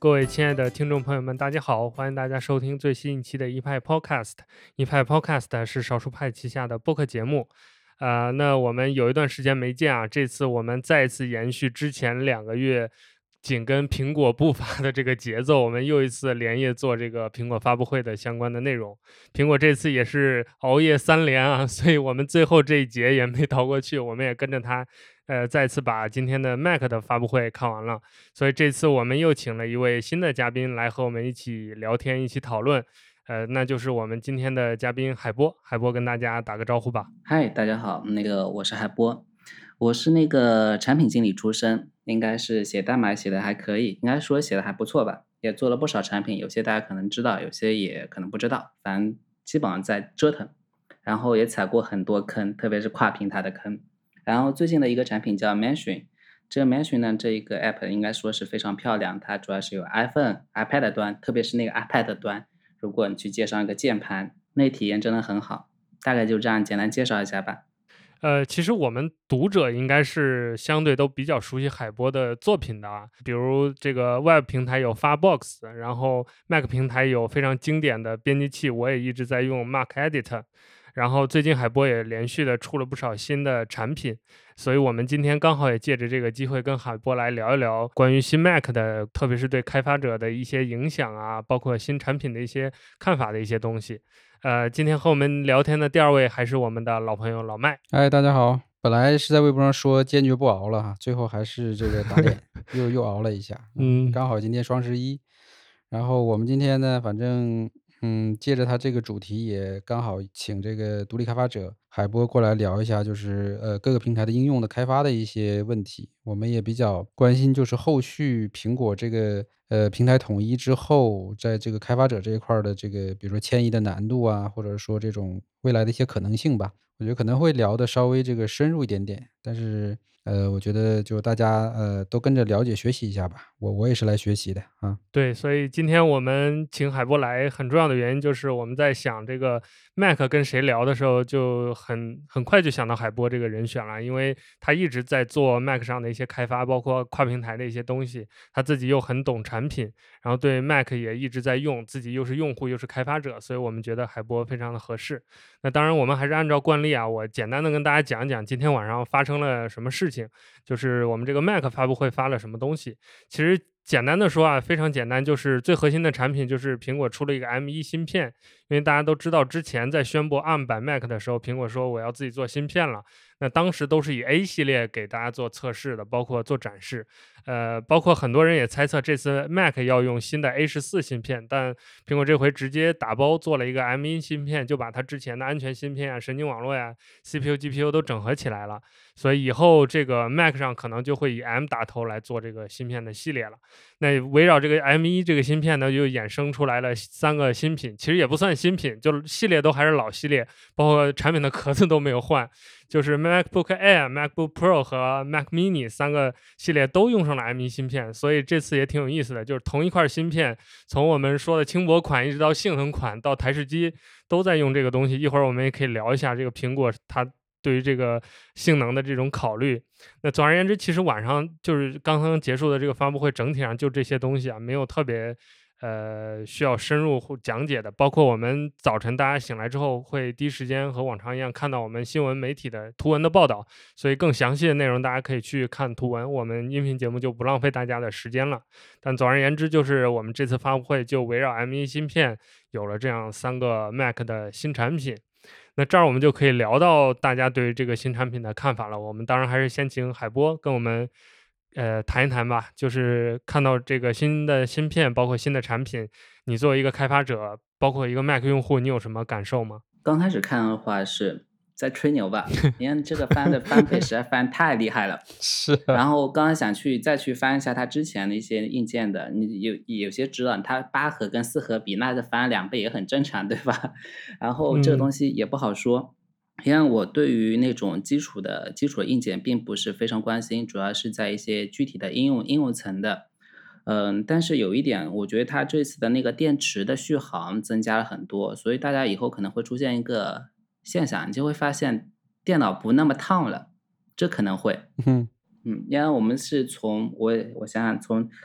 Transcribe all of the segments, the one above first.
各位亲爱的听众朋友们，大家好！欢迎大家收听最新一期的一派 Podcast。一派 Podcast 是少数派旗下的播客节目。那我们有一段时间没见啊，这次我们再次延续之前2个月紧跟苹果步伐的这个节奏，我们又一次连夜做这个苹果发布会的相关的内容。苹果这次也是熬夜3连啊，所以我们最后这一节也没逃过去，我们也跟着他，再次把今天的 Mac 的发布会看完了。所以这次我们又请了一位新的嘉宾来和我们一起聊天，一起讨论。那就是我们今天的嘉宾海波。海波跟大家打个招呼吧。 嗨，大家好，我是海波，我是产品经理出身，应该是写代码写的还可以，应该说写的还不错吧，也做了不少产品，有些大家可能知道，有些也可能不知道，反正基本上在折腾，然后也踩过很多坑，特别是跨平台的坑。然后最近的一个产品叫 Mansion，这个 Mansion 呢，这一个 app 应该说是非常漂亮，它主要是有 iPhone、iPad 端，特别是那个 iPad 端，如果你去接上一个键盘，那体验真的很好。大概就这样简单介绍一下吧。 其实我们读者应该是相对都比较熟悉海波的作品的啊，比如这个 Web 平台有 Firefox，然后 Mac 平台有非常经典的编辑器，我也一直在用 Markedit。然后最近海波也连续的出了不少新的产品，所以我们今天刚好也借着这个机会跟海波来聊一聊关于新 Mac 的，特别是对开发者的一些影响啊，包括新产品的一些看法的一些东西。今天和我们聊天的第二位还是我们的老朋友老麦。 哎，大家好！本来是在微博上说坚决不熬了哈，最后还是这个打脸，又熬了一下。 嗯， 刚好今天双十一，然后我们今天呢，反正借着他这个主题，也刚好请这个独立开发者海波过来聊一下，就是各个平台的应用的开发的一些问题。我们也比较关心，就是后续苹果这个平台统一之后，在这个开发者这一块儿的这个，比如说迁移的难度啊，或者说这种未来的一些可能性吧。我觉得可能会聊的稍微这个深入一点点，但是我觉得就大家都跟着了解学习一下吧，我也是来学习的啊。 对，所以今天我们请海波来，很重要的原因就是我们在想这个 Mac 跟谁聊的时候，就很快就想到海波这个人选了，因为他一直在做 Mac 上的一些开发，包括跨平台的一些东西，他自己又很懂产品，然后对 Mac 也一直在用，自己又是用户又是开发者，所以我们觉得海波非常的合适。那当然，我们还是按照惯例啊，我简单的跟大家讲讲今天晚上发生了什么事情，就是我们这个 Mac 发布会发了什么东西。其实简单的说啊，非常简单，就是最核心的产品就是苹果出了一个 M1 芯片，因为大家都知道之前在宣布 ARM 版 Mac 的时候，苹果说我要自己做芯片了，那当时都是以 A 系列给大家做测试的，包括做展示，包括很多人也猜测这次 Mac 要用新的 A14 芯片，但苹果这回直接打包做了一个 M1 芯片，就把它之前的安全芯片啊、神经网络呀、CPU、GPU 都整合起来了，所以以后这个 Mac 上可能就会以 M 打头来做这个芯片的系列了。那围绕这个 M1 这个芯片呢，又衍生出来了3个新品，其实也不算新品，就系列都还是老系列，包括产品的壳子都没有换，就是 MacBook Air、MacBook Pro 和 Mac Mini 3个系列都用上了 M1 芯片，所以这次也挺有意思的，就是同一块芯片，从我们说的轻薄款一直到性能款到台式机都在用这个东西。一会儿我们也可以聊一下这个苹果它对于这个性能的这种考虑。那总而言之，其实晚上就是刚刚结束的这个发布会，整体上就这些东西啊，没有特别需要深入或讲解的。包括我们早晨大家醒来之后，会第一时间和往常一样看到我们新闻媒体的图文的报道，所以更详细的内容大家可以去看图文。我们音频节目就不浪费大家的时间了。但总而言之，就是我们这次发布会就围绕 M1 芯片有了这样3个 Mac 的新产品。那这儿我们就可以聊到大家对于这个新产品的看法了。我们当然还是先请海波跟我们谈一谈吧，就是看到这个新的芯片，包括新的产品，你作为一个开发者，包括一个 Mac 用户，你有什么感受吗？ 刚开始看的话是在吹牛吧，你看这个翻倍实在翻太厉害了。 是啊。 然后刚刚想再去翻一下它之前的一些硬件的，你有些知道它8核跟4核比，那这翻2倍也很正常，对吧？然后这个东嗯， 西也不好说。因为我对于那种基础的硬件并不是非常关心，主要是在一些具体的应用层的。但是有一点，我觉得它这次的那个电池的续航增加了很多，所以大家以后可能会出现一个现象，你就会发现电脑不那么烫了，这可能会。 嗯。 因为我们是从我想想，从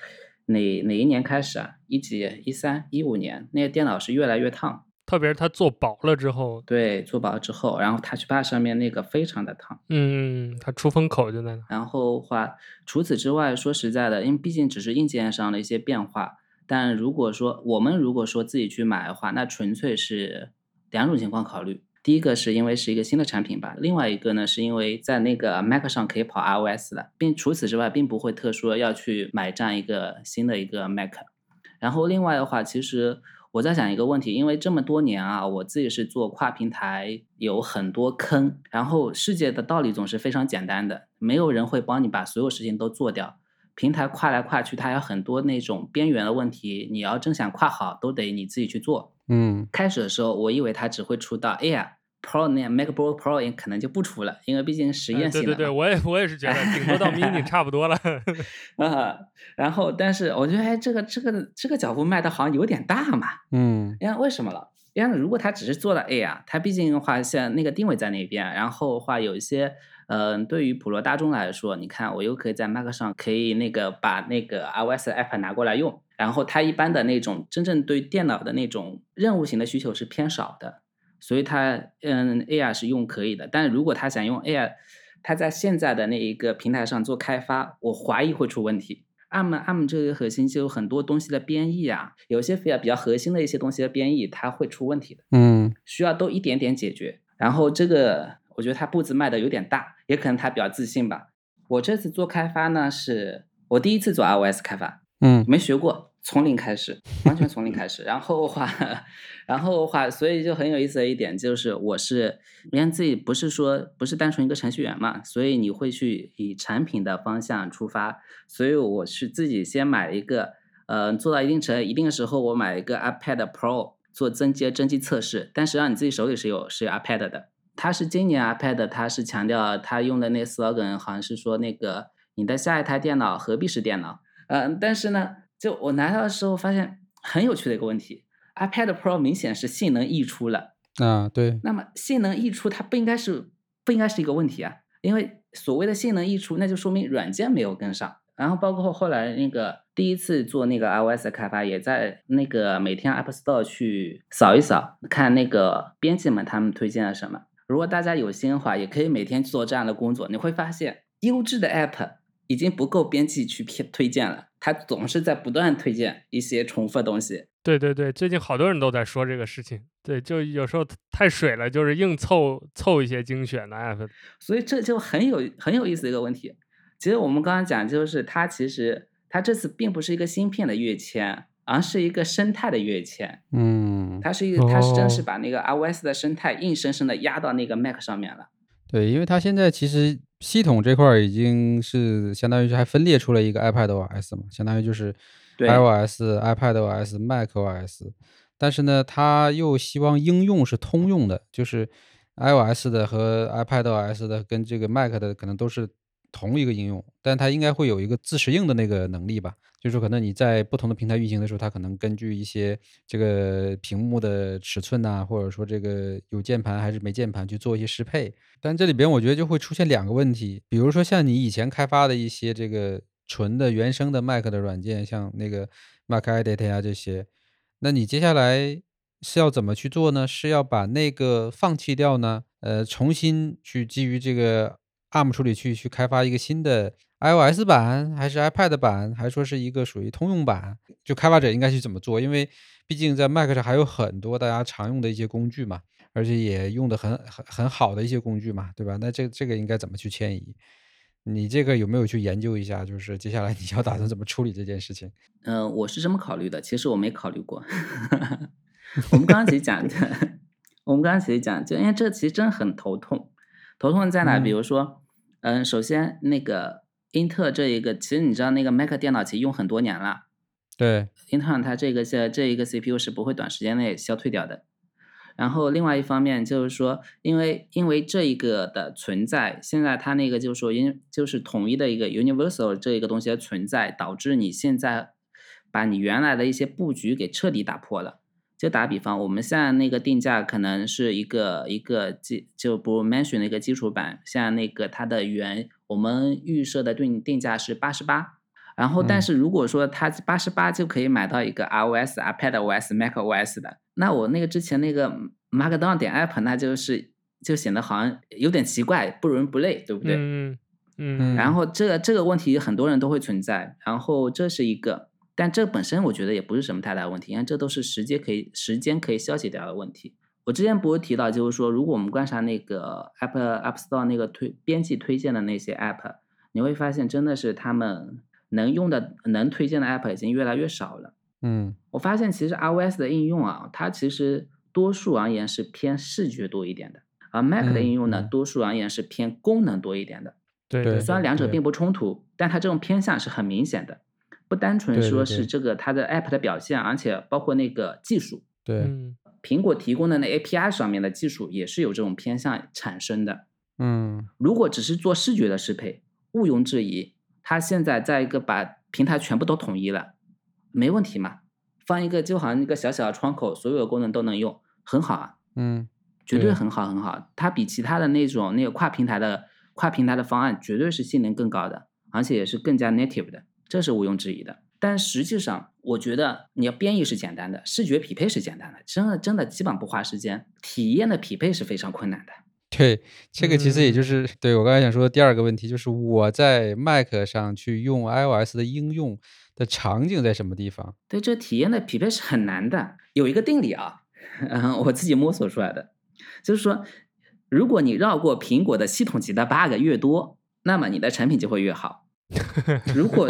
哪一年开始啊？一几、13、15年，那个电脑是越来越烫。 特别是它做薄了之后， 对，做薄之后，然后 Touchpad 上面那个非常的烫。 它出风口就在那。 然后话，除此之外，说实在的，因为毕竟只是硬件上的一些变化，但如果说自己去买的话，那纯粹是两种情况考虑。第一个是因为是一个新的产品吧，另外一个呢，是因为在那个 Mac 上可以跑 iOS 的，除此之外，并不会特殊要去买这样一个新的一个 Mac。然后另外的话，其实我在想一个问题，因为这么多年啊，我自己是做跨平台，有很多坑，然后世界的道理总是非常简单的，没有人会帮你把所有事情都做掉。平台跨来跨去，它有很多那种边缘的问题，你要真想跨好，都得你自己去做。开始的时候，我以为它只会出到，哎呀，Pro 那 MacBook Pro 也可能就不出了，因为毕竟实验性的嘛。 对，我也是觉得顶多到 mini 差不多了。 然后但是我觉得，哎，这个脚步迈的好像有点大嘛。因为为什么了？因为如果它只是做了 A 啊，它毕竟的话，像那个定位在那边，然后的话有一些，对于普罗大众来说，你看我又可以在 Mac 上可以那个把那个 iOS 的 app 拿过来用，然后它一般的那种真正对电脑的那种任务型的需求是偏少的，所以它AR 是用可以的，但是如果他想用 AR，他在现在的那一个平台上做开发，我怀疑会出问题。ARM 这个核心就有很多东西的编译啊，有些比较核心的一些东西的编译，它会出问题的。需要都一点点解决。然后这个我觉得他步子迈的有点大，也可能他比较自信吧。我这次做开发呢，是我第一次做 iOS 开发，没学过，从零开始，完全从零开始。然后的话，所以就很有意思的一点就是，因为自己不是单纯一个程序员嘛，所以你会去以产品的方向出发。所以我是自己先买了一个，做到一定的时候，我买了一个 iPad Pro 做真机测试。但实际上你自己手里是有 iPad 的。它是今年 iPad，它是强调它用的那 slogan 好像是说那个你的下一台电脑何必是电脑？但是呢，就我拿到的时候发现很有趣的一个问题 ，iPad Pro 明显是性能溢出了。 对。 那么性能溢出它不应该是一个问题啊，因为所谓的性能溢出，那就说明软件没有跟上。然后包括后来那个第一次做那个 iOS 的开发，也在那个每天 App Store 去扫一扫，看那个编辑们他们推荐了什么。如果大家有心的话，也可以每天做这样的工作，你会发现优质的 App 已经不够编辑去推荐了，它总是在不断推荐一些重复的东西。 对，最近好多人都在说这个事情。对，就有时候太水了，就是硬凑一些精选的 app。 所以这就很有意思的一个问题。其实我们刚刚讲，就是它这次并不是一个芯片的跃迁，而是一个生态的跃迁。它是真是把那个 iOS 的生态硬生生的压到那个 Mac 上面了。 对，因为它现在其实系统这块已经是相当于是还分裂出了一个 iPadOS 嘛，相当于就是iOS、iPadOS、macOS，但是呢，它又希望应用是通用的，就是 iOS 的和 iPadOS 的跟这个 Mac 的可能都是同一个应用，但它应该会有一个自适应的那个能力吧。就是说可能你在不同的平台运行的时候，它可能根据一些这个屏幕的尺寸呐，或者说这个有键盘还是没键盘去做一些适配。但这里边我觉得就会出现两个问题，比如说像你以前开发的一些这个纯的原生的 Mac 的软件，像那个 MacEdit 呀这些，那你接下来是要怎么去做呢？是要把那个放弃掉呢？重新去基于这个 ARM 处理器去开发一个新的 iOS 版，还是 iPad 版，还是说是一个属于通用版？就开发者应该去怎么做？因为毕竟在 Mac 上还有很多大家常用的一些工具嘛，而且也用的很好的一些工具嘛，对吧？那这个应该怎么去迁移？你这个有没有去研究一下，就是接下来你要打算怎么处理这件事情？ 我是这么考虑的，其实我没考虑过。我们刚刚其实讲的，就因为这其实真的很头痛。头痛在哪？比如说，首先那个英特尔这一个，其实你知道那个 Mac 电脑其实用很多年了。 对， 英特尔它这一个 CPU 是不会短时间内消退掉的。然后另外一方面就是说，因为这一个的存在，现在它那个就是说就是统一的一个 universal 这一个东西的存在，导致你现在把你原来的一些布局给彻底打破了。就打比方，我们现在那个定价可能是一个就不 mention 的一个基础版，像那个它的我们预设的定价是88， 然后，但嗯是如果说它88就可以买到一个 iOS、iPadOS、macOS 的，那我那个之前那个 Markdown.app 那就显得好像有点奇怪，不伦不类，对不对？ 嗯嗯然后这个问题很多人都会存在，然后这是一个，但这本身我觉得也不是什么太大的问题，因为这都是时间可以消解掉的问题。我之前不是提到，就是说，如果我们观察那个 App Store 那个编辑推荐的那些 App，你会发现真的是他们能推荐的 App 已经越来越少了。我发现其实 iOS 的应用啊，它其实多数而言是偏视觉多一点的，而 Mac 的应用呢，多数而言是偏功能多一点的。 对虽然两者并不冲突，但它这种偏向是很明显的，不单纯说是这个它的 App 的表现，而且包括那个技术。 对， 苹果提供的那 API 上面的技术也是有这种偏向产生的。如果只是做视觉的适配，毋庸置疑，它现在在一个把平台全部都统一了，没问题嘛？放一个就好像一个小小的窗口，所有的功能都能用，很好啊。绝对很好很好。它比其他的那个跨平台的方案绝对是性能更高的，而且也是更加 native 的，这是毋庸置疑的。但实际上，我觉得你要编译是简单的，视觉匹配是简单的，真的基本不花时间，体验的匹配是非常困难的。 对，这个其实也就是对我刚才想说的第二个问题，就是我在 Mac 上去用 iOS 的应用的场景在什么地方？ 对，这体验的匹配是很难的。有一个定理啊，我自己摸索出来的，就是说，如果你绕过苹果的系统级的 bug 越多，那么你的产品就会越好。如果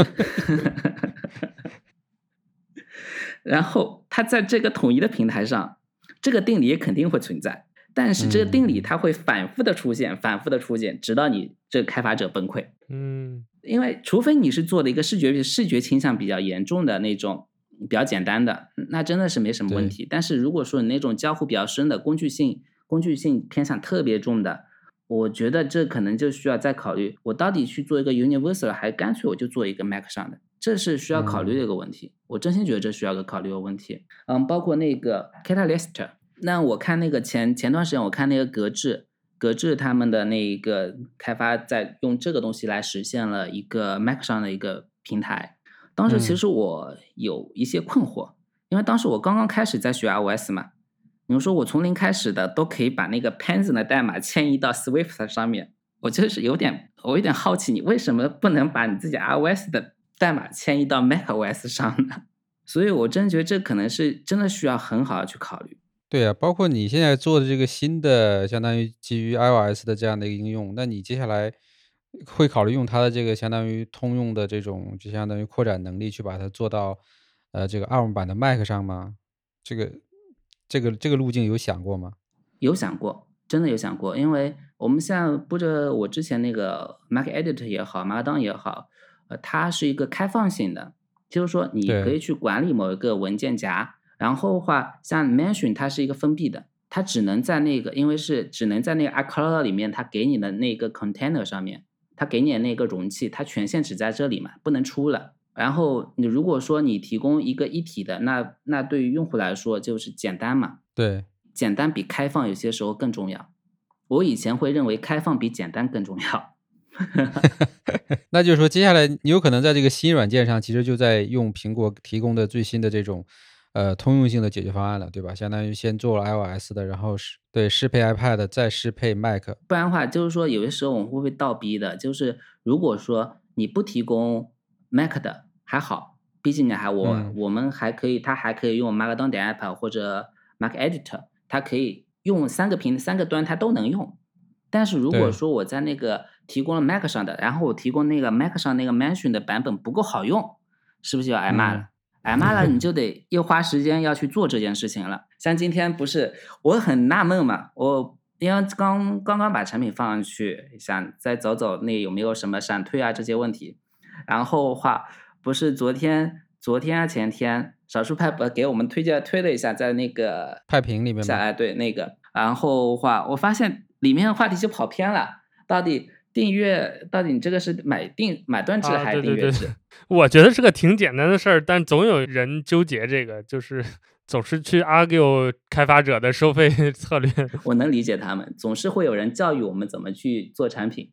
然后它在这个统一的平台上，这个定理也肯定会存在，但是这个定理它会反复的出现，直到你这个开发者崩溃。因为除非你是做的一个视觉倾向比较严重的那种比较简单的，那真的是没什么问题。但是如果说你那种交互比较深的工具性偏向特别重的，我觉得这可能就需要再考虑，我到底去做一个 universal， 还干脆我就做一个 Mac 上的，这是需要考虑的一个问题。我真心觉得这需要考虑的问题。包括那个 Catalyst， 那我看那个前段时间我看那个格致他们的那个开发在用这个东西来实现了一个 Mac 上的一个平台。当时其实我有一些困惑，因为当时我刚刚开始在学 iOS 嘛，你说我从零开始的都可以把那个 Python 的代码迁移到 Swift 上面，我就是有点好奇，你为什么不能把你自己 iOS 的代码迁移到 macOS 上呢？所以我真觉得这可能是真的需要很好的去考虑。 对啊，包括你现在做的这个新的相当于基于 iOS 的这样的一个应用，那你接下来会考虑用它的这个相当于通用的这种就相当于扩展能力去把它做到这个 ARM 版的 Mac 上吗？这个路径有想过吗？ 有想过，真的有想过，因为我们现在布着我之前那个 Mac Editor 也好 Markdown 也好，它是一个开放性的，就是说你可以去管理某一个文件夹，然后的话像 Mention 它是一个封闭的，它只能在那个因为是只能在那个 iCloud 里面它给你的那个 container 上面，它给你的那个容器，它权限只在这里嘛，不能出了。然后你如果说你提供一个一体的，那对于用户来说就是简单嘛。 对， 简单比开放有些时候更重要。我以前会认为开放比简单更重要。 那就是说接下来你有可能在这个新软件上其实就在用苹果提供的最新的这种通用性的解决方案了，对吧？相当于先做了 iOS 的，然后适配 iPad 再适配 Mac。 不然的话就是说有些时候我们会被倒逼的，就是如果说你不提供 Mac 的还好，毕竟我们还可以，它还可以用 Markdown.app 或者 Mac Editor， 它可以用三个端它都能用。但是如果说我在那个提供了 Mac 上的，然后我提供那个 Mac 上那个 Mention 的版本不够好用，是不是就要挨骂了？挨骂了你就得又花时间要去做这件事情了。像今天不是我很纳闷嘛，我因为刚刚把产品放上去，想再走走那有没有什么闪退啊这些问题，然后话不是昨天啊前天少数派给我们推了一下在那个派评里面吗？ 对那个，然后话我发现里面的话题就跑偏了，到底订阅到底你这个是买断制还是订阅制？ 对，我觉得是个挺简单的事儿，但总有人纠结这个，就是总是去 argue 开发者的收费策略。 我能理解他们，总是会有人教育我们怎么去做产品，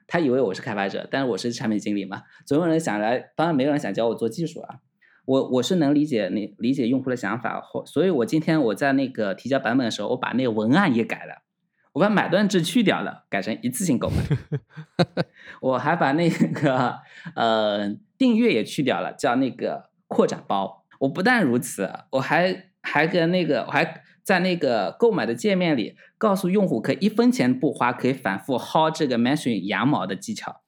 他以为我是开发者，但是我是产品经理嘛，总有人想来，当然没有人想教我做技术啊。我是能理解用户的想法，所以我今天我在那个提交版本的时候，我把那个文案也改了，我把买断制去掉了，改成一次性购买。我还把那个订阅也去掉了，叫那个扩展包。我不但如此，我还在那个购买的界面里告诉用户，可以1分钱不花，可以反复薅这个 mention 羊毛的技巧。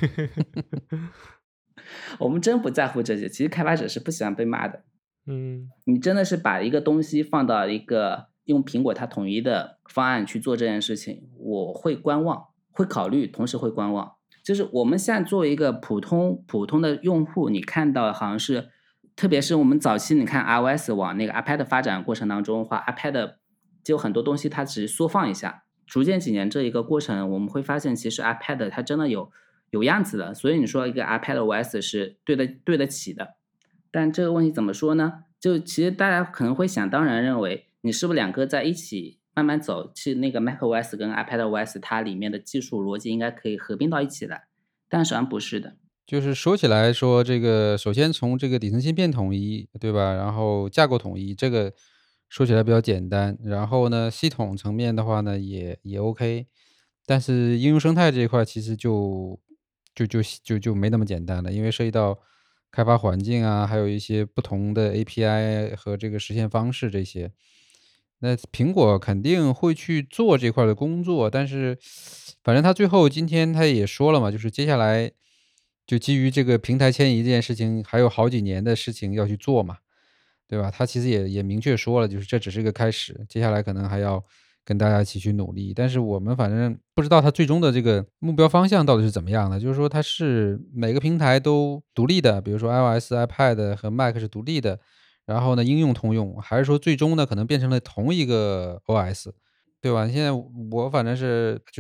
我们真不在乎这些，其实开发者是不喜欢被骂的。你真的是把一个东西放到一个用苹果它统一的方案去做这件事情，我会观望，会考虑，同时会观望。就是我们现在作为一个普通的用户，你看到好像是，特别是我们早期你看 iOS 往那个 iPad 发展过程当中的话， iPad 就很多东西它只是缩放一下，逐渐几年这一个过程，我们会发现其实 iPad 它真的有样子的，所以你说一个 iPad OS 是对得起的。但这个问题怎么说呢？就其实大家可能会想当然认为，你是不是两个在一起慢慢走，其实那个 macOS 跟 iPadOS 它里面的技术逻辑应该可以合并到一起来，但实际上不是的。 就是说起来说这个，首先从这个底层芯片统一，对吧？然后架构统一，这个说起来比较简单。然后呢，系统层面的话呢，也 OK。但是应用生态这一块其实就没那么简单了，因为涉及到开发环境啊，还有一些不同的 API 和这个实现方式这些。那苹果肯定会去做这块的工作，但是反正他最后今天他也说了嘛，就是接下来就基于这个平台迁移这件事情，还有好几年的事情要去做嘛，对吧？他其实也明确说了，就是这只是个开始，接下来可能还要跟大家一起去努力。但是我们反正不知道他最终的这个目标方向到底是怎么样的，就是说它是每个平台都独立的，比如说 iOS、iPad 和 Mac 是独立的，然后呢应用通用，还是说最终呢可能变成了同一个 OS，对吧？现在我反正是就是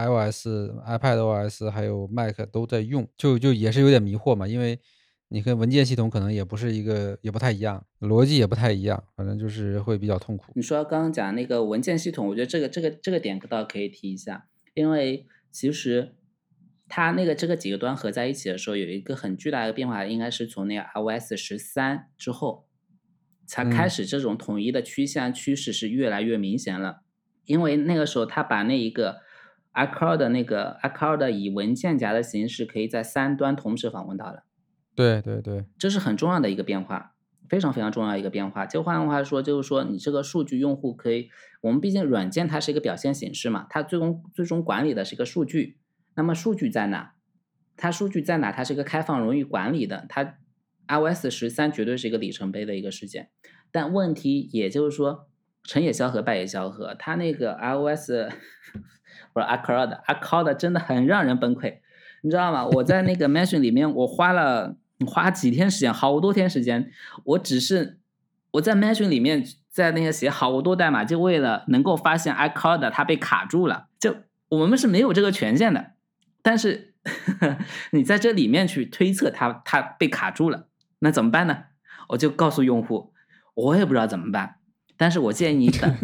iOS、iPadOS 还有 Mac 都在用，就也是有点迷惑嘛，因为你跟文件系统可能也不是也不太一样，逻辑也不太一样，反正就是会比较痛苦。 你说刚刚讲那个文件系统，我觉得这个点倒可以提一下，因为其实它这个几个端合在一起的时候，有一个很巨大的变化，应该是从那个 iOS 13之后才开始，这种统一的趋势是越来越明显了。因为那个时候他把那一个 iCloud 以文件夹的形式可以在3端同时访问到了。 对对对， 这是很重要的一个变化，非常非常重要的一个变化。就换句话说，就是说你这个数据用户可以，我们毕竟软件它是一个表现形式嘛，它最终管理的是一个数据。那么数据在哪？它数据在哪？它是一个开放容易管理的，它 iOS 13绝对是一个里程碑的一个事件。但问题也就是说，成也萧何，败也萧何。它那个 iOS 不是 iCloud 真的很让人崩溃，你知道吗？我在那个 Mention 里面，我花几天时间，好多天时间，我在 Mention 里面在那个写好多代码，就为了能够发现 iCloud 它被卡住了。就我们是没有这个权限的，但是你在这里面去推测它被卡住了，那怎么办呢？我就告诉用户，我也不知道怎么办，但是我建议你等。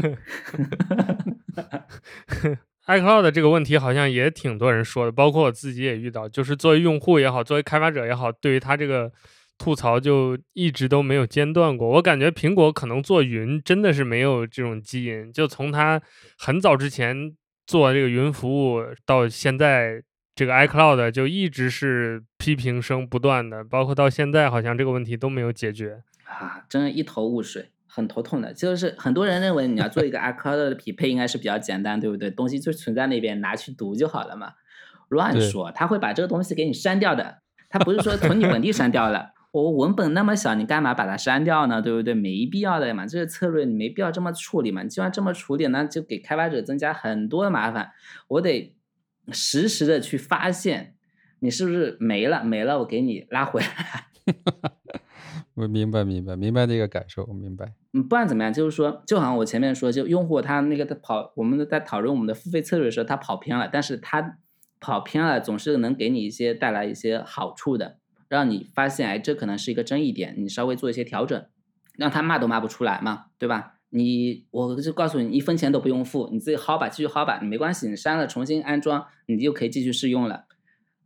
iCloud 这个问题好像也挺多人说的，包括我自己也遇到，就是作为用户也好，作为开发者也好，对于它这个吐槽就一直都没有间断过。我感觉苹果可能做云真的是没有这种基因，就从它很早之前做这个云服务到现在，这个 iCloud 就一直是批评声不断的，包括到现在好像这个问题都没有解决啊，真是一头雾水，很头痛的。就是很多人认为你要做一个 iCloud 的匹配应该是比较简单，对不对？东西就存在那边，拿去读就好了嘛。乱说，他会把这个东西给你删掉的。他不是说从你本地删掉了，我文本那么小，你干嘛把它删掉呢？对不对？没必要的嘛，这个策略你没必要这么处理嘛。你既然这么处理，那就给开发者增加很多的麻烦。我得实时的去发现你是不是没了，我给你拉回来。 我明白这个感受，我明白。 不管怎么样，就是说，就好像我前面说，就用户他那个我们在讨论我们的付费策略的时候，他跑偏了，但是他跑偏了总是能给你带来一些好处的，让你发现，哎，这可能是一个争议点，你稍微做一些调整，让他骂都骂不出来嘛，对吧？我就告诉你，1分钱都不用付，你自己薅吧，继续薅吧，你没关系，你删了重新安装，你就可以继续试用了。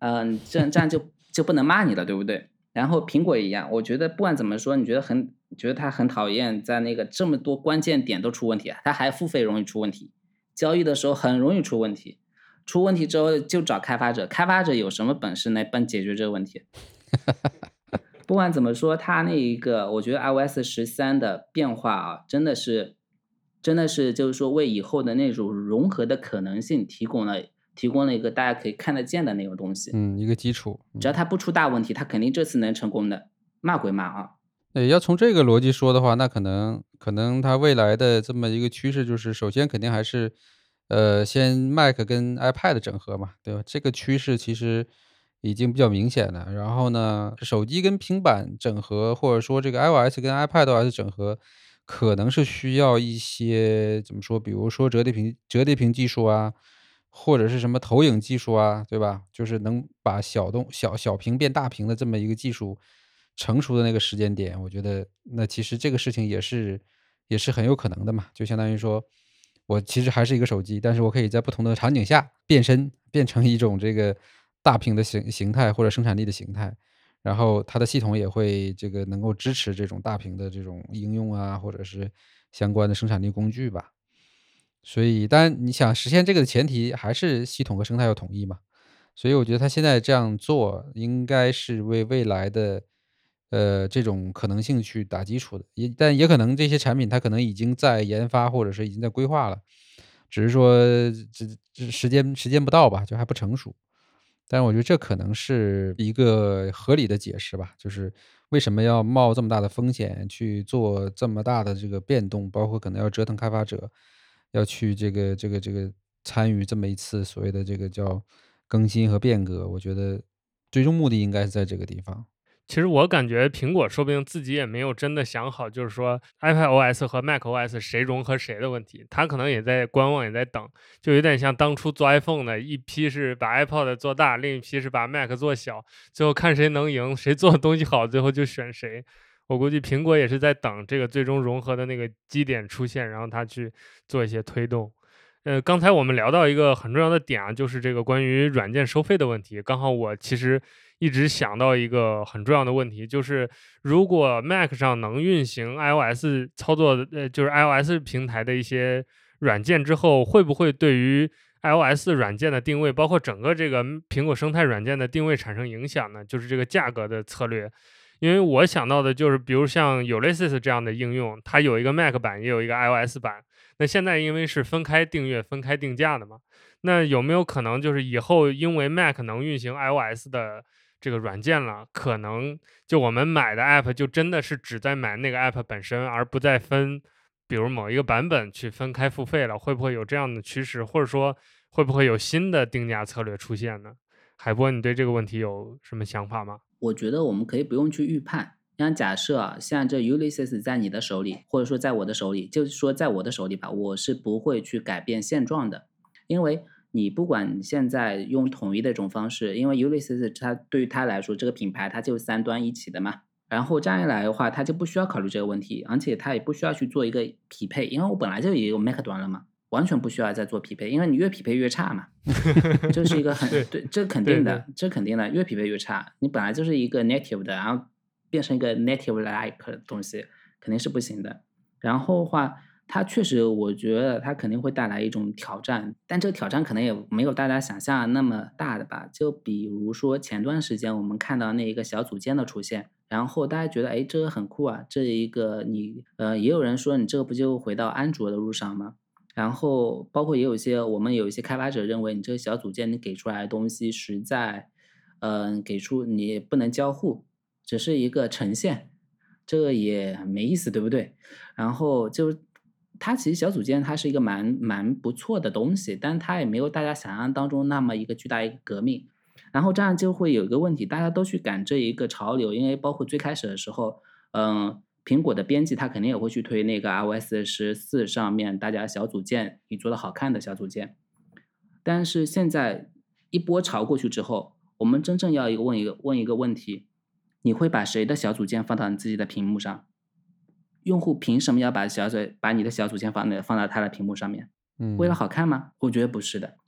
这样就不能骂你了，对不对？然后苹果也一样，我觉得不管怎么说，你觉得它很讨厌在那个这么多关键点都出问题，它还付费容易出问题，交易的时候很容易出问题，出问题之后就找开发者，开发者有什么本事来帮解决这个问题？不管怎么说，它那一个，我觉得 iOS 13的变化啊，真的是就是说为以后的那种融合的可能性提供了一个大家可以看得见的那种东西。 一个基础。 只要它不出大问题，它肯定这次能成功的。骂归骂啊， 对，要从这个逻辑说的话，那可能它未来的这么一个趋势就是，首先肯定还是，先 Mac 跟 iPad 整合嘛，对吧？这个趋势其实已经比较明显了。然后呢，手机跟平板整合，或者说这个 iOS 跟 iPadOS 整合，可能是需要一些怎么说，比如说折叠屏技术啊，或者是什么投影技术啊，对吧？就是能把小屏变大屏的这么一个技术成熟的那个时间点，我觉得那其实这个事情也是很有可能的嘛。就相当于说，我其实还是一个手机，但是我可以在不同的场景下变身，变成一种这个大屏的形态或者生产力的形态，然后它的系统也会这个能够支持这种大屏的这种应用啊，或者是相关的生产力工具吧。所以当然你想实现这个的前提还是系统和生态要统一嘛。所以我觉得他现在这样做应该是为未来的，这种可能性去打基础的。但也可能这些产品它可能已经在研发或者是已经在规划了，只是说这时间不到吧，就还不成熟。但是我觉得这可能是一个合理的解释吧，就是为什么要冒这么大的风险去做这么大的这个变动，包括可能要折腾开发者，要去这个参与这么一次所谓的这个叫更新和变革，我觉得最终目的应该是在这个地方。 其实我感觉苹果说不定自己也没有真的想好，就是说 iPadOS 和 macOS 谁融合谁的问题，他可能也在观望，也在等，就有点像当初做 iPhone 的，一批是把 iPod 做大，另一批是把 Mac 做小，最后看谁能赢，谁做的东西好，最后就选谁。我估计苹果也是在等这个最终融合的那个基点出现，然后他去做一些推动。刚才我们聊到一个很重要的点啊，就是这个关于软件收费的问题。刚好我其实一直想到一个很重要的问题，就是如果 Mac 上能运行 iOS 操作的，就是 iOS 平台的一些软件之后，会不会对于 iOS 软件的定位，包括整个这个苹果生态软件的定位产生影响呢？就是这个价格的策略。因为我想到的就是，比如像 Ulysses 这样的应用，它有一个 Mac 版，也有一个 iOS 版。那现在因为是分开订阅、分开定价的嘛，那有没有可能就是以后因为 Mac 能运行 iOS 的这个软件了，可能就我们买的 App 就真的是只在买那个 App 本身，而不再分，比如某一个版本去分开付费了？会不会有这样的趋势，或者说会不会有新的定价策略出现呢？海波，你对这个问题有什么想法吗？ 我觉得我们可以不用去预判。像假设啊，像这 Ulysses 在你的手里，或者说在我的手里，就是说在我的手里吧，我是不会去改变现状的，因为你不管现在用统一的一种方式，因为 Ulysses 它对于它来说，这个品牌它就三端一起的嘛，然后这样一来的话，它就不需要考虑这个问题，而且它也不需要去做一个匹配，因为我本来就也有 Mac 端了嘛，完全不需要再做匹配，因为你越匹配越差嘛。这是一个很对对，这肯对对， 定的，这肯定的，越匹配越差。你本来就是一个 native 的，然后变成一个 native like 的东西，肯定是不行的。然后的话，它确实，我觉得它肯定会带来一种挑战，但这个挑战可能也没有大家想象的那么大的吧。就比如说前段时间我们看到那一个小组件的出现，然后大家觉得，哎，这个很酷啊，这一个你，也有人说你这个不就回到安卓的路上吗？然后包括也有一些我们有一些开发者认为你这个小组件你给出来的东西实在，给出你不能交互，只是一个呈现，这个也没意思，对不对？然后就它其实小组件它是一个蛮不错的东西，但它也没有大家想象当中那么一个巨大一个革命。然后这样就会有一个问题，大家都去赶这一个潮流，因为包括最开始的时候，苹果的编辑它肯定也会去推那个 iOS 14上面大家小组件你做的好看的小组件，但是现在一波潮过去之后，我们真正要问一个问题：你会把谁的小组件放到你自己的屏幕上？用户凭什么要把你的小组件放到他的屏幕上面？为了嗯。 好看吗？我觉得不是的。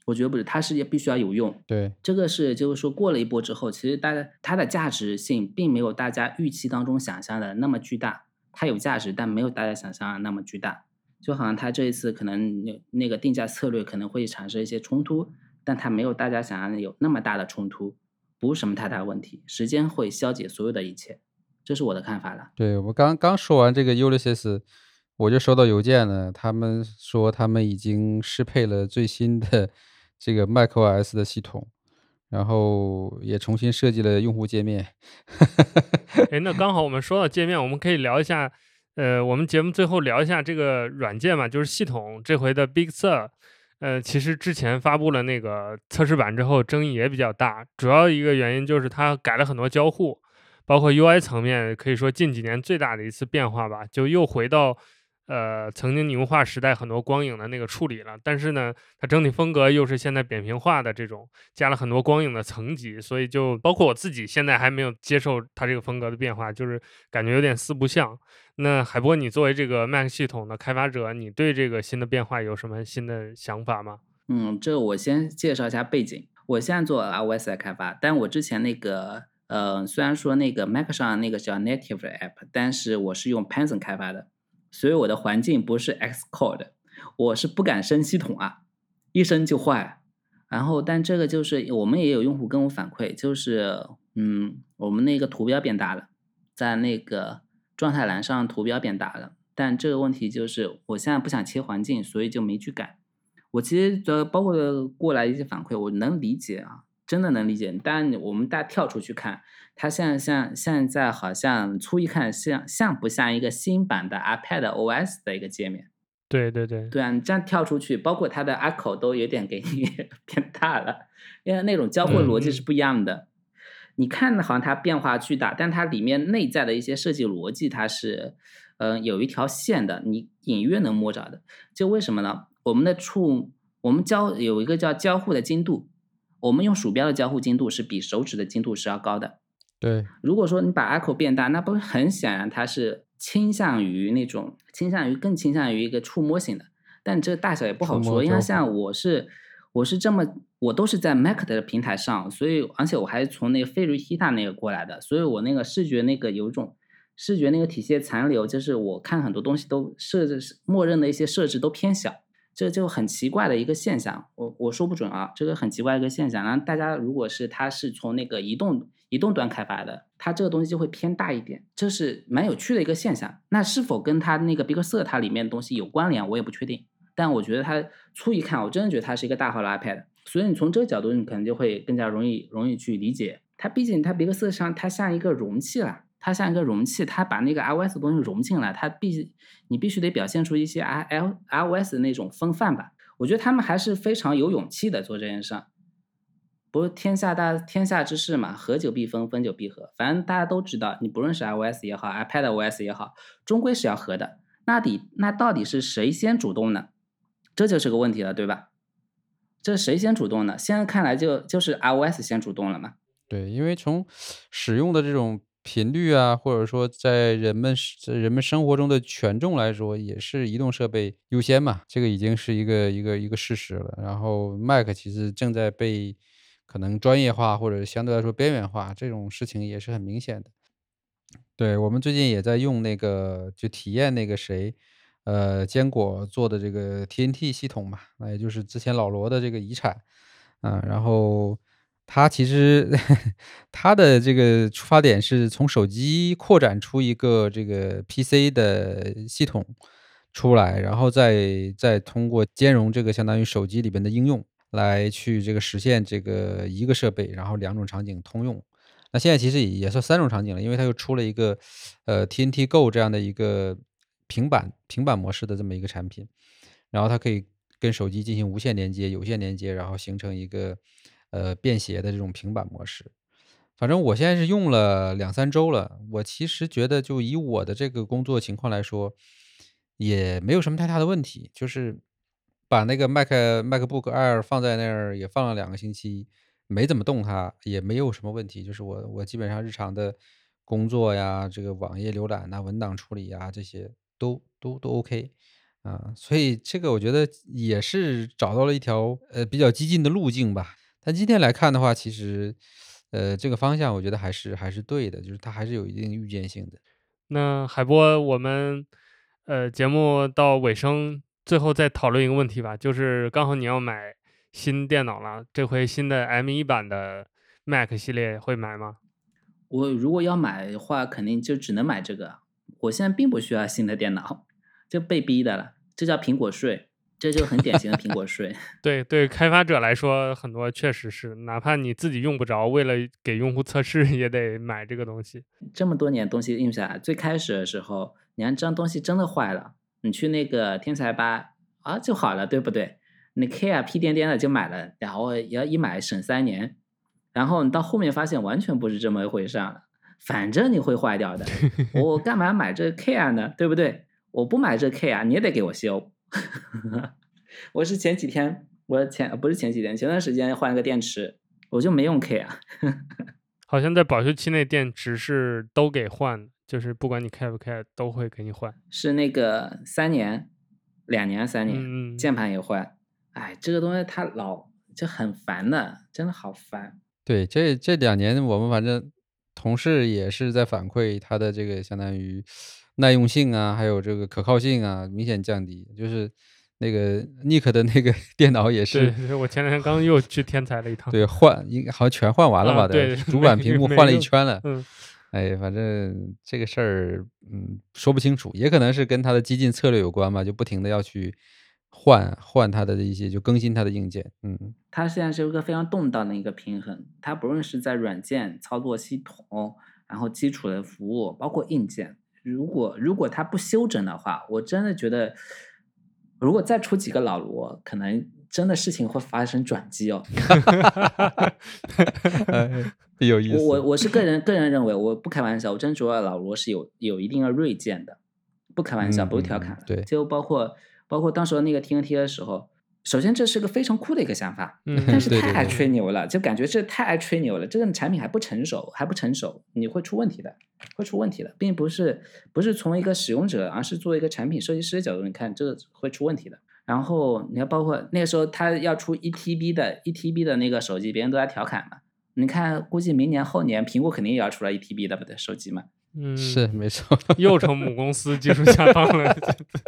我觉得不是，它是必须要有用。 对， 这个是就是说过了一波之后，其实大家它的价值性并没有大家预期当中想象的那么巨大，它有价值，但没有大家想象的那么巨大。就好像它这一次可能那个定价策略可能会产生一些冲突，但它没有大家想象的有那么大的冲突，不是什么太大问题，时间会消解所有的一切，这是我的看法了。 对，我刚说完这个 Ulysses，我就收到邮件了，他们说他们已经适配了最新的这个 macOS 的系统，然后也重新设计了用户界面。 哎，那刚好我们说到界面，我们可以聊一下，我们节目最后聊一下这个软件嘛，就是系统这回的 Big Sur，其实之前发布了那个测试版之后，争议也比较大，主要一个原因就是它改了很多交互，包括 UI 层面，可以说近几年最大的一次变化吧，就又回到曾经拟物化时代很多光影的那个处理了，但是呢，它整体风格又是现在扁平化的这种，加了很多光影的层级，所以就包括我自己现在还没有接受它这个风格的变化，就是感觉有点四不像。那海波，你作为这个 Mac 系统的开发者，你对这个新的变化有什么新的想法吗？ 这个我先介绍一下背景。我现在做 iOS 来开发，但我之前那个，虽然说那个 Mac 上那个叫 Native 的 App，但是我是用 Python 开发的，所以我的环境不是 Xcode，我是不敢升系统啊，一升就坏。然后，但这个就是我们也有用户跟我反馈，就是我们那个图标变大了，在那个状态栏上图标变大了，但这个问题就是我现在不想切环境，所以就没去改。我其实包括过来一些反馈，我能理解啊，真的能理解。但我们大家跳出去看，它现在好像粗一看像不像一个新版的 iPad OS 的一个界面？ 对对对。 对啊，你这样跳出去，包括它的 echo 都有点给你变大了，因为那种交互逻辑是不一样的。你看好像它变化巨大，但它里面内在的一些设计逻辑，它是有一条线的，你隐约能摸着的。就为什么呢？我们有一个叫交互的精度，我们用鼠标的交互精度是比手指的精度是要高的。 对， 如果说你把 echo 变大，那不是很显然它是更倾向于一个触摸型的，但这个大小也不触好说，因为摸交互， 像我都是在 Mac 的平台上，所以而且我还是从那个飞驴 Hita 那个过来的，所以我那个视觉那个有一种视觉那个体系残留，就是我看很多东西都默认的一些设置都偏小。这就很奇怪的一个现象，我说不准啊，这个很奇怪的一个现象。然后大家如果是它是从那个移动端开发的，它这个东西就会偏大一点，这是蛮有趣的一个现象。那是否跟它那个 Big Sur 它里面的东西有关联，我也不确定。但我觉得它粗一看，我真的觉得它是一个大号的 iPad，所以你从这个角度，你可能就会更加容易去理解。它毕竟它 Big Sur 上它像一个容器了。它像一个容器，它把那个 iOS 的东西融进来，你必须得表现出一些 iOS 的那种风范吧。我觉得他们还是非常有勇气的做这件事。不是天下之事嘛，合久必分，分久必合。反正大家都知道，你不论是 iOS 也好，iPadOS 也好，终归是要合的。那到底是谁先主动呢？这就是个问题了，对吧？这谁先主动呢？现在看来就是 iOS 先主动了嘛。 对，因为从使用的这种频率啊，或者说在人们生活中的权重来说，也是移动设备优先嘛，这个已经是一个事实了。然后 Mac 其实正在被可能专业化或者相对来说边缘化，这种事情也是很明显的。对，我们最近也在用那个就体验那个谁，坚果做的这个 TNT 系统嘛，那也就是之前老罗的这个遗产。然后它其实它的这个出发点是从手机扩展出一个这个 PC 的系统出来，然后再通过兼容这个相当于手机里边的应用，来去这个实现这个一个设备，然后两种场景通用。那现在其实也是三种场景了，因为它又出了一个，TNT Go 这样的一个平板模式的这么一个产品，然后它可以跟手机进行无线连接、有线连接，然后形成一个，便携的这种平板模式。反正我现在是用了两三周了，我其实觉得就以我的这个工作情况来说，也没有什么太大的问题。就是把那个 MacBook Air 放在那儿也放了2个星期，没怎么动它，也没有什么问题。就是我基本上日常的工作呀，这个网页浏览呐、文档处理呀，这些都 OK。 啊，所以这个我觉得也是找到了一条比较激进的路径吧。但今天来看的话，其实这个方向我觉得还是对的，就是它还是有一定预见性的。 那海波，我们节目到尾声，最后再讨论一个问题吧，就是刚好你要买新电脑了，这回新的 M1版的 Mac 系列会买吗？ 我如果要买的话，肯定就只能买这个。我现在并不需要新的电脑，就被逼的了，这叫苹果税，这就很典型的苹果税。 对对，开发者来说，很多确实是，哪怕你自己用不着，为了给用户测试，也得买这个东西。 这么多年东西用下来，最开始的时候，你看这样东西真的坏了，你去那个天才吧啊就好了，对不对？你 K 啊屁颠颠的就买了，然后要一买省3年，然后你到后面发现完全不是这么一回事儿了，反正你会坏掉的，我干嘛买这 K 啊呢？对不对？我不买这 K 啊，你也得给我修。我是前几天，不是前几天，前段时间换了个电池，我就没用 K 啊。 好像在保修期内电池是都给换的，就是不管你开不开，都会给你换。 是那个3年、2年、3年， 嗯嗯， 键盘也换。哎，这个东西它就很烦的，真的好烦。 对，这2年我们反正同事也是在反馈它的这个相当于耐用性啊，还有这个可靠性啊，明显降低。就是那个 Nick 的那个电脑也对， 是对我前两天刚又去天才了一趟。 对，好像全换完了啊， 吧，对吧， 对， 主板屏幕换了一没用。 圈了。 嗯， 哎，反正这个事儿，说不清楚，也可能是跟它的激进策略有关吧，就不停的要去换它的一些就更新它的硬件， 它现在是一个非常动荡的一个平衡，它不论是在软件、操作系统，然后基础的服务，包括硬件，如果它不修整的话，我真的觉得，如果再出几个老罗，可能真的事情会发生转机哦。 哎，有意思， 我我是个人认为，我不开玩笑，我真觉得老罗是有一定的锐见的，不开玩笑，不是调侃的。 对， 就包括当时那个 TNT 的时候，首先这是个非常酷的一个想法， 嗯但是对太爱对对， 吹牛了，就感觉这太爱吹牛了，这个产品还不成熟，你会出问题的，会出问题的，并不是从一个使用者，而是作为一个产品设计师的角度，你看这个会出问题的。然后你要包括那个时候他要出 1TB 的那个手机，别人都在调侃嘛。你看，估计明年后年苹果肯定也要出来1TB的不对手机嘛。 嗯， 是没错， 又成母公司技术下放了。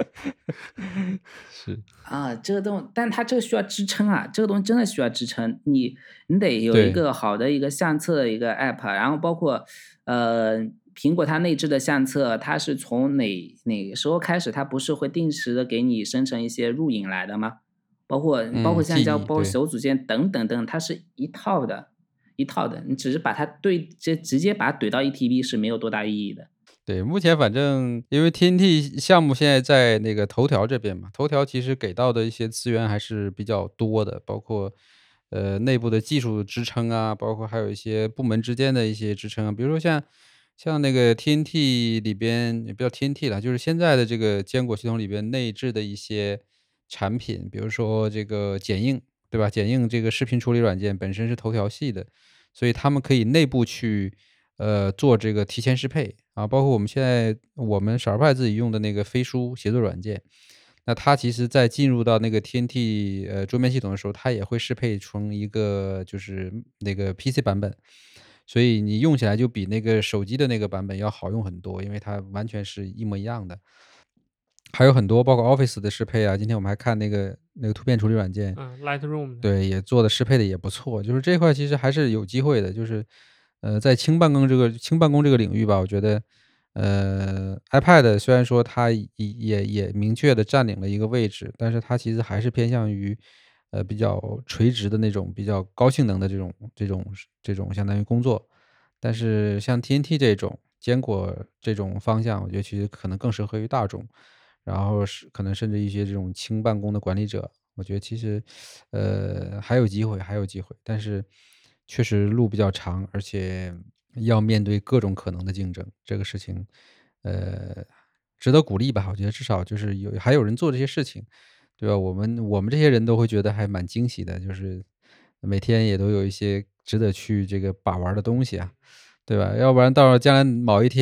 是， 啊，但它这个需要支撑啊，这个东西真的需要支撑。你得有一对， 个好的一个相册的一个 app，然后包括苹果它内置的相册，它是从哪个时候开始，它不是会定时的给你生成一些录影来的吗？包括橡胶， 记忆， 包括对。 手组件等等等，它是一套的，一套的。你只是把它直接把它怼到1TB是没有多大意义的。 对，目前反正因为 TNT 项目现在在那个头条这边嘛，头条其实给到的一些资源还是比较多的，包括内部的技术支撑啊，包括还有一些部门之间的一些支撑啊，比如说像那个 TNT 里边也不叫 TNT 了，就是现在的这个坚果系统里边内置的一些产品，比如说这个剪映，对吧？剪映这个视频处理软件本身是头条系的，所以他们可以内部去做这个提前适配啊，包括我们少儿派自己用的那个飞书协作软件，那它其实在进入到那个 TNT 桌面系统的时候，它也会适配成一个就是那个 PC 版本，所以你用起来就比那个手机的那个版本要好用很多，因为它完全是一模一样的。还有很多包括 Office 的适配啊，今天我们还看那个图片处理软件， 嗯，Lightroom 的。 对，也做的适配的也不错，就是这块其实还是有机会的。就是，在轻办公这个领域吧，我觉得，iPad 虽然说它也明确的占领了一个位置，但是它其实还是偏向于，比较垂直的那种比较高性能的这种相当于工作。但是像 TNT 这种坚果这种方向，我觉得其实可能更适合于大众，然后可能甚至一些这种轻办公的管理者。我觉得其实，还有机会，还有机会，但是确实路比较长，而且要面对各种可能的竞争，这个事情，呃，值得鼓励吧。我觉得至少就是还有人做这些事情，对吧？我们这些人都会觉得还蛮惊喜的，就是每天也都有一些值得去这个把玩儿的东西啊，对吧？要不然到了将来某一天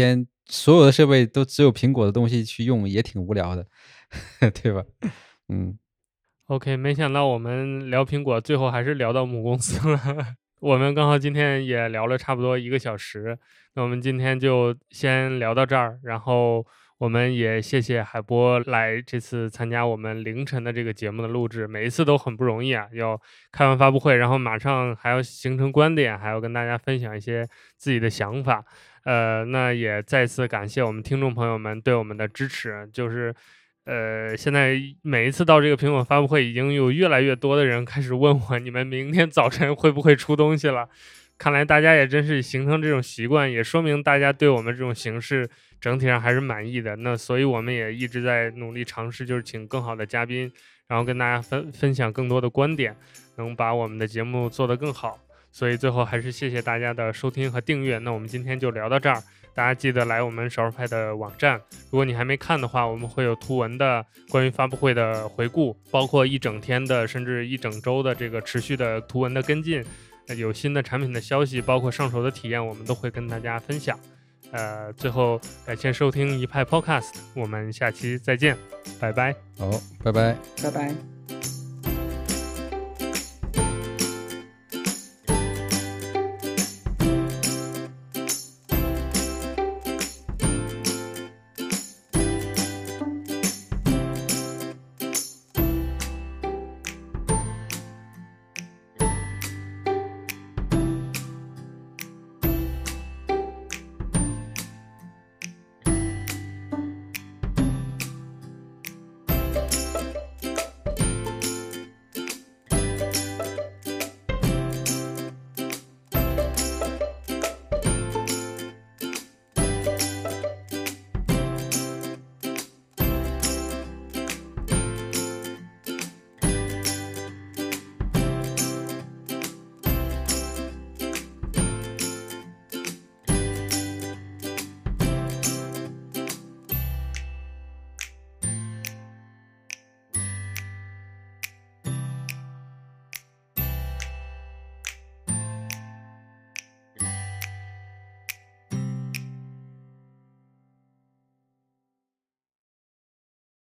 所有的设备都只有苹果的东西去用，也挺无聊的，对吧？ OK，没想到我们聊苹果，最后还是聊到母公司了。我们刚好今天也聊了差不多1个小时，那我们今天就先聊到这儿，然后我们也谢谢海波来这次参加我们凌晨的这个节目的录制，每一次都很不容易啊，要开完发布会，然后马上还要形成观点，还要跟大家分享一些自己的想法。那也再次感谢我们听众朋友们对我们的支持，就是现在每一次到这个苹果发布会，已经有越来越多的人开始问我，你们明天早晨会不会出东西了？看来大家也真是形成这种习惯，也说明大家对我们这种形式整体上还是满意的。那所以我们也一直在努力尝试，就是请更好的嘉宾，然后跟大家分享更多的观点，能把我们的节目做得更好。所以最后还是谢谢大家的收听和订阅。那我们今天就聊到这儿。大家记得来我们少数派的网站，如果你还没看的话，我们会有图文的关于发布会的回顾，包括一整天的甚至一整周的这个持续的图文的跟进，有新的产品的消息，包括上手的体验，我们都会跟大家分享。最后感谢收听一派 Podcast，我们下期再见，拜拜。 好，拜拜。 拜拜。